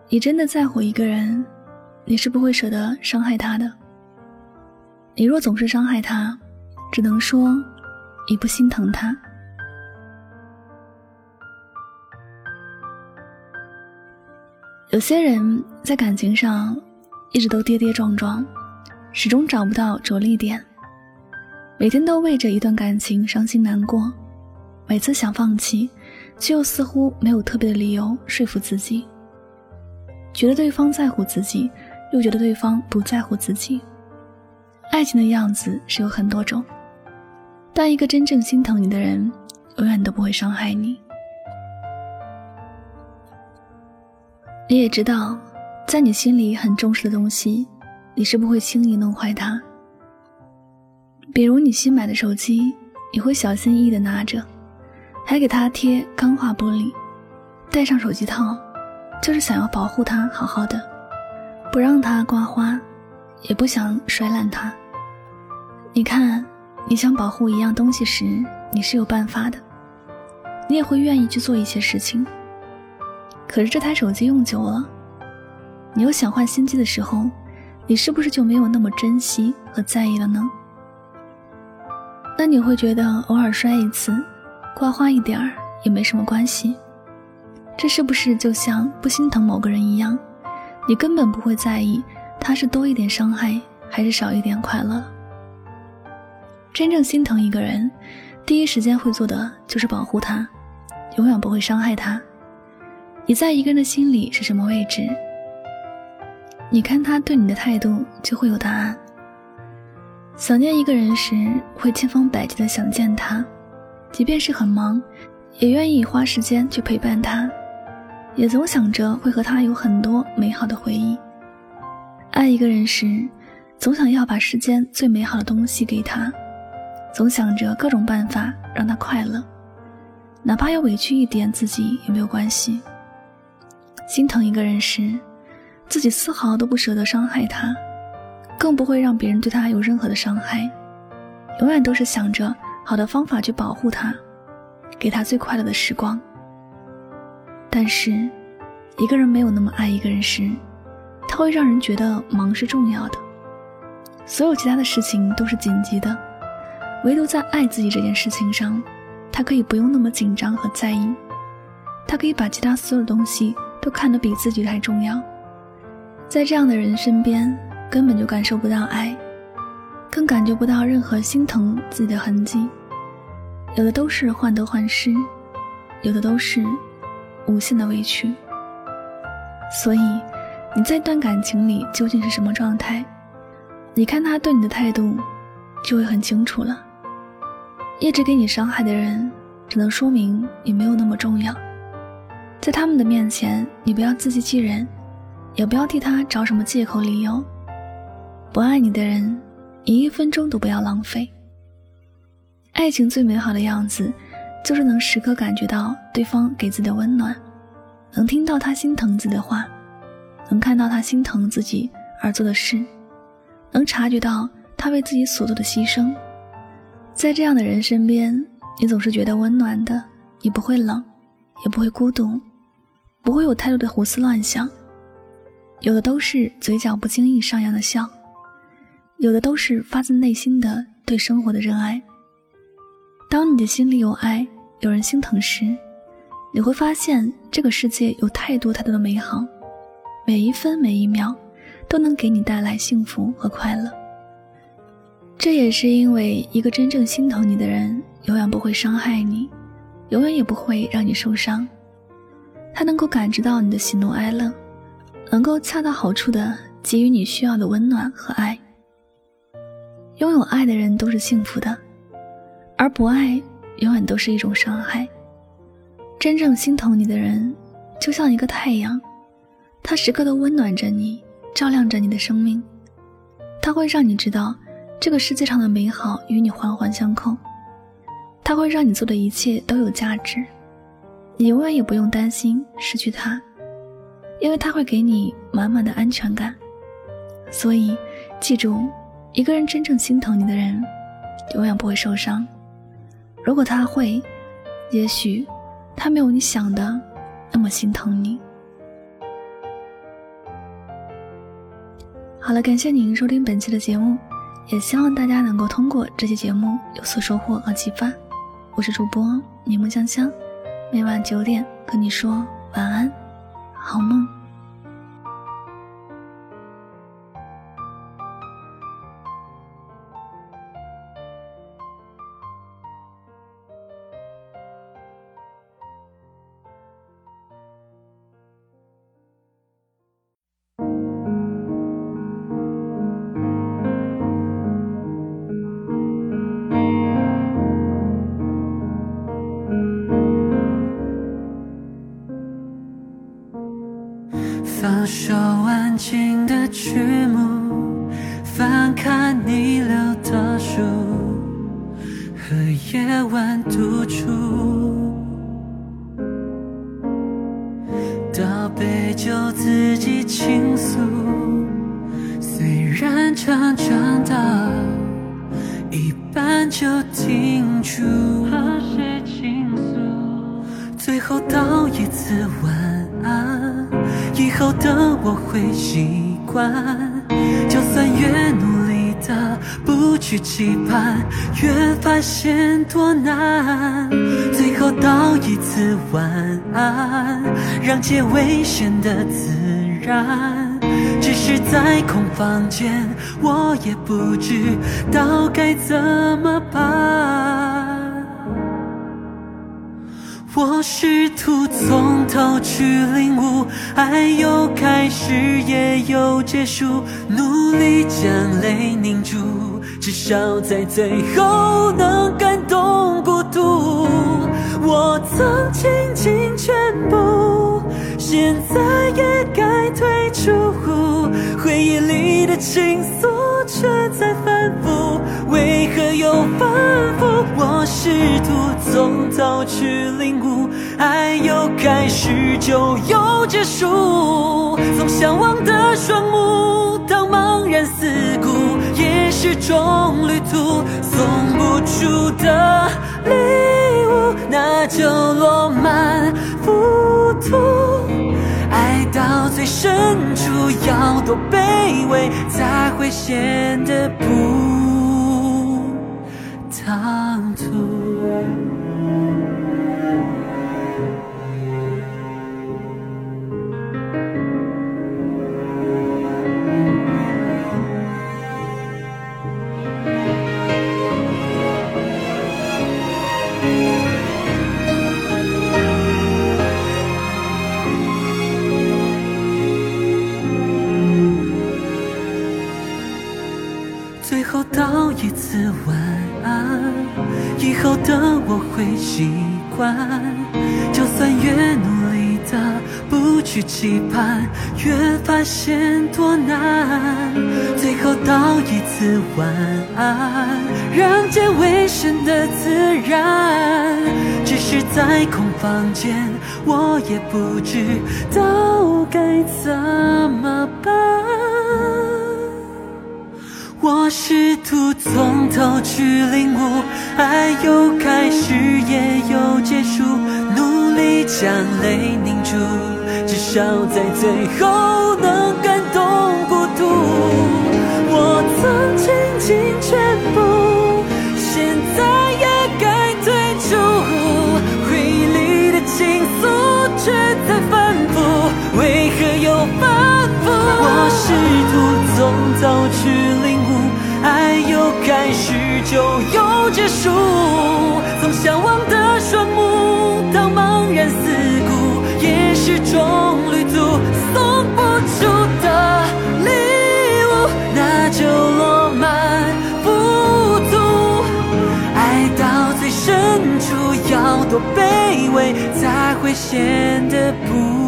你真的在乎一个人，你是不会舍得伤害他的。你若总是伤害他，只能说你不心疼他。有些人在感情上一直都跌跌撞撞，始终找不到着力点，每天都为着一段感情伤心难过，每次想放弃，却又似乎没有特别的理由说服自己，觉得对方在乎自己，又觉得对方不在乎自己。爱情的样子是有很多种，但一个真正心疼你的人，永远都不会伤害你。你也知道，在你心里很重视的东西，你是不会轻易弄坏它。比如你新买的手机，你会小心翼翼地拿着，还给它贴钢化玻璃，带上手机套，就是想要保护它好好的，不让它刮花，也不想摔烂它。你看，你想保护一样东西时，你是有办法的，你也会愿意去做一些事情。可是这台手机用久了，你又想换新机的时候，你是不是就没有那么珍惜和在意了呢？那你会觉得偶尔摔一次，刮花一点儿也没什么关系。这是不是就像不心疼某个人一样，你根本不会在意他是多一点伤害还是少一点快乐。真正心疼一个人，第一时间会做的就是保护他，永远不会伤害他。你在一个人的心里是什么位置，你看他对你的态度就会有答案。想念一个人时，会千方百计地想见他，即便是很忙，也愿意花时间去陪伴他，也总想着会和他有很多美好的回忆。爱一个人时，总想要把世间最美好的东西给他，总想着各种办法让他快乐，哪怕要委屈一点自己也没有关系。心疼一个人时，自己丝毫都不舍得伤害他，更不会让别人对他有任何的伤害，永远都是想着好的方法去保护他，给他最快乐的时光。但是一个人没有那么爱一个人时，他会让人觉得忙是重要的，所有其他的事情都是紧急的，唯独在爱自己这件事情上，他可以不用那么紧张和在意，他可以把其他所有的东西都看得比自己还重要。在这样的人身边，根本就感受不到爱，更感觉不到任何心疼自己的痕迹。有的都是患得患失，有的都是无限的委屈。所以你在一段感情里究竟是什么状态，你看他对你的态度就会很清楚了。一直给你伤害的人，只能说明你没有那么重要。在他们的面前，你不要自欺欺人，也不要替他找什么借口理由。不爱你的人，你1分钟都不要浪费。爱情最美好的样子，就是能时刻感觉到对方给自己的温暖，能听到他心疼自己的话，能看到他心疼自己而做的事，能察觉到他为自己所做的牺牲。在这样的人身边，你总是觉得温暖的，你不会冷，也不会孤独，不会有太多的胡思乱想。有的都是嘴角不经意上扬的笑，有的都是发自内心的对生活的热爱。当你的心里有爱，有人心疼时，你会发现这个世界有太多太多的美好，每一分每一秒都能给你带来幸福和快乐。这也是因为一个真正心疼你的人，永远不会伤害你，永远也不会让你受伤。他能够感知到你的喜怒哀乐，能够恰到好处地给予你需要的温暖和爱。拥有爱的人都是幸福的，而不爱永远都是一种伤害。真正心疼你的人，就像一个太阳，他时刻都温暖着你，照亮着你的生命。他会让你知道这个世界上的美好与你环环相扣，他会让你做的一切都有价值，你永远也不用担心失去他，因为他会给你满满的安全感。所以记住，一个人真正心疼你的人，永远不会受伤。如果他会，也许他没有你想的那么心疼你。 好了，感谢您收听本期的节目，也希望大家能够通过这期节目有所收获和启发。我是主播柠檬香香，每晚9点跟你说晚安，好梦。 放手安静的曲目，翻看你留的书，和夜晚独处，倒杯酒自己倾诉，虽然常常到一半就停住，和谁倾诉，最后道一次晚安，以后的我会习惯，就算越努力的不去期盼，越发现多难，最后道一次晚安，让结尾显得自然，只是在空房间，我也不知道该怎么办。我试图从头去领悟，爱有开始也有结束，努力将泪凝住，至少在最后能感动孤独。我曾倾尽全部，现在也该退出，回忆里的情愫却在反复，为何又反复？我试图从头去领悟，爱有开始就有结束，从向往的双目到茫然四顾，也是种旅途，送不出的礼物，那就落满浮屠。爱到最深处要多卑微，才会显得不唐突。最后道一次晚安，以后的我会习惯，就算越努力的不去期盼，越发现多难，最后道一次晚安，让结尾显得自然，只是在空房间，我也不知道该怎么办。我试图从头去领悟，爱有开始也有结束，努力将泪凝住，至少在最后能感动孤独。我曾倾尽全部，现在也该退出，回忆里的情愫却在反复，为何又反复？我试图从头去领悟，爱有开始就有结束，从向往的双目到茫然四顾，也是种旅途，送不出的礼物，那就落满浮屠。爱到最深处要多卑微，才会显得不